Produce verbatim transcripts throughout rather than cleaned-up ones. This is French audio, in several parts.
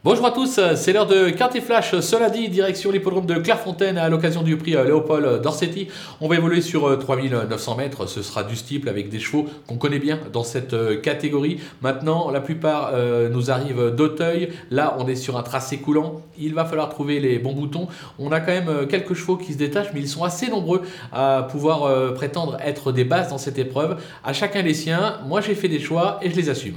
Bonjour à tous, c'est l'heure de Quintet Flash. Cela dit, direction l'hippodrome de Clairefontaine à l'occasion du prix Léopold Dorsetti. On va évoluer sur trois mille neuf cents mètres. Ce sera du steeple avec des chevaux qu'on connaît bien dans cette catégorie. Maintenant, la plupart euh, nous arrivent d'Auteuil. Là, on est sur un tracé coulant. Il va falloir trouver les bons boutons. On a quand même quelques chevaux qui se détachent, mais ils sont assez nombreux à pouvoir euh, prétendre être des bases dans cette épreuve. À chacun les siens. Moi, j'ai fait des choix et je les assume.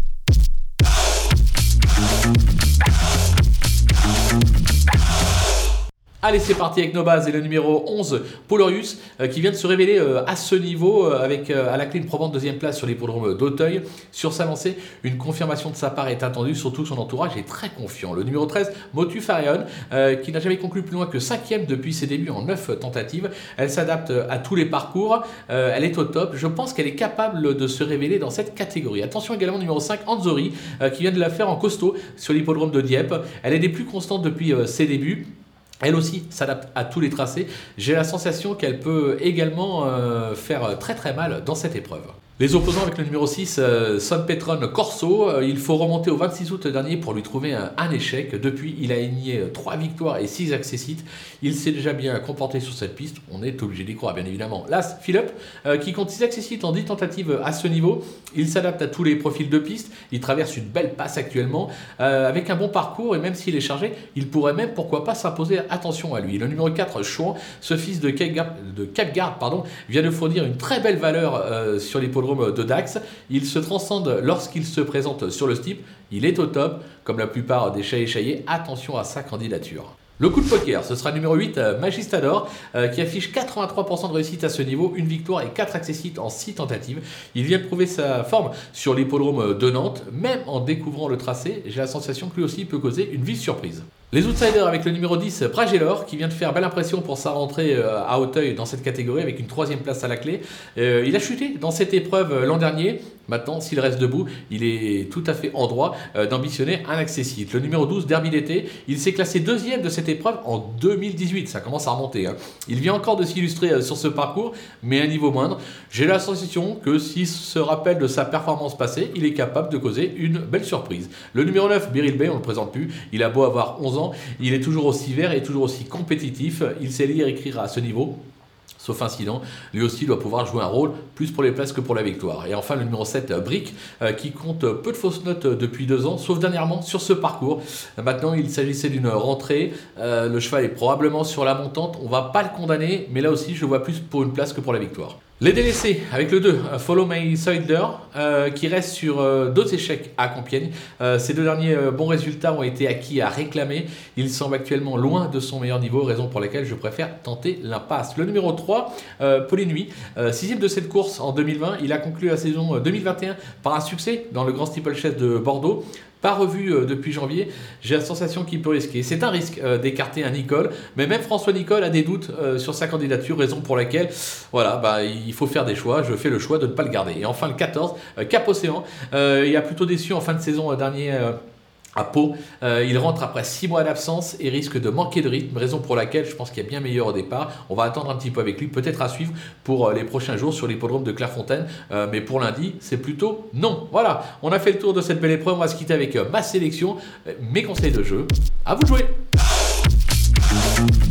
Allez, c'est parti avec nos bases et le numéro onze, Polorius, euh, qui vient de se révéler euh, à ce niveau, euh, avec euh, à la clé une probante deuxième place sur l'hippodrome d'Auteuil. Sur sa lancée, une confirmation de sa part est attendue, surtout que son entourage est très confiant. Le numéro treize, Motu Farion, euh, qui n'a jamais conclu plus loin que cinquième depuis ses débuts en neuf tentatives. Elle s'adapte à tous les parcours, euh, elle est au top. Je pense qu'elle est capable de se révéler dans cette catégorie. Attention également, numéro cinq, Anzori, euh, qui vient de la faire en costaud sur l'hippodrome de Dieppe. Elle est des plus constantes depuis euh, ses débuts. Elle aussi s'adapte à tous les tracés. J'ai la sensation qu'elle peut également euh, faire très très mal dans cette épreuve. Les opposants avec le numéro six, euh, Son Petron Corso, euh, il faut remonter au vingt-six août dernier pour lui trouver un, un échec. Depuis, il a aligné trois victoires et six accessites. Il s'est déjà bien comporté sur cette piste, on est obligé d'y croire bien évidemment. L'As Philippe, euh, qui compte six accessites en dix tentatives à ce niveau, il s'adapte à tous les profils de piste, il traverse une belle passe actuellement, euh, avec un bon parcours, et même s'il est chargé, il pourrait même, pourquoi pas, s'imposer. Attention à lui. Le numéro quatre, Chouan, ce fils de Capgard, pardon, vient de fournir une très belle valeur euh, sur les de Dax. Il se transcende lorsqu'il se présente sur le steeple. Il est au top, comme la plupart des chats échaillés. Attention à sa candidature. Le coup de poker, ce sera numéro huit, Magistador, euh, qui affiche quatre-vingt-trois pour cent de réussite à ce niveau, une victoire et quatre accessites en six tentatives. Il vient de prouver sa forme sur l'hippodrome de Nantes. Même en découvrant le tracé, j'ai la sensation que lui aussi peut causer une vive surprise. Les outsiders avec le numéro dix, Pragelor, qui vient de faire belle impression pour sa rentrée à Auteuil dans cette catégorie avec une troisième place à la clé. Euh, il a chuté dans cette épreuve l'an dernier. Maintenant, s'il reste debout, il est tout à fait en droit euh, d'ambitionner un accessite. Le numéro douze, Derby d'été, il s'est classé deuxième de cette épreuve en deux mille dix-huit. Ça commence à remonter. Hein. Il vient encore de s'illustrer euh, sur ce parcours, mais à un niveau moindre. J'ai la sensation que s'il se rappelle de sa performance passée, il est capable de causer une belle surprise. Le numéro neuf, Beryl Bay, on ne le présente plus. Il a beau avoir onze ans, il est toujours aussi vert et toujours aussi compétitif. Il sait lire et écrire à ce niveau. Sauf incident, lui aussi doit pouvoir jouer un rôle plus pour les places que pour la victoire. Et enfin le numéro sept, Brick, euh, qui compte peu de fausses notes depuis deux ans, sauf dernièrement sur ce parcours. Maintenant il s'agissait d'une rentrée, euh, le cheval est probablement sur la montante, on ne va pas le condamner, mais là aussi je le vois plus pour une place que pour la victoire. Les délaissés avec le deux, Follow My Sider, euh, qui reste sur euh, deux échecs à Compiègne. Euh, ces deux derniers euh, bons résultats ont été acquis à réclamer. Il semble actuellement loin de son meilleur niveau, raison pour laquelle je préfère tenter l'impasse. Le numéro trois, euh, Polynuit, euh, sixième de cette course en deux mille vingt. Il a conclu la saison deux mille vingt et un par un succès dans le Grand Steeplechase de Bordeaux. Pas revu euh, depuis janvier, j'ai la sensation qu'il peut risquer. C'est un risque euh, d'écarter un Nicole, mais même François Nicole a des doutes euh, sur sa candidature, raison pour laquelle voilà, bah, il faut faire des choix. Je fais le choix de ne pas le garder. Et enfin le quatorze, euh, Cap Océan, euh, il a plutôt déçu en fin de saison euh, dernier. Euh, à Pau, euh, il rentre après six mois d'absence et risque de manquer de rythme, raison pour laquelle je pense qu'il y a bien meilleur au départ. On va attendre un petit peu avec lui, peut-être à suivre pour euh, les prochains jours sur l'hippodrome de Clairefontaine, euh, mais pour lundi, c'est plutôt non. Voilà, on a fait le tour de cette belle épreuve, on va se quitter avec euh, ma sélection, euh, mes conseils de jeu. À vous de jouer.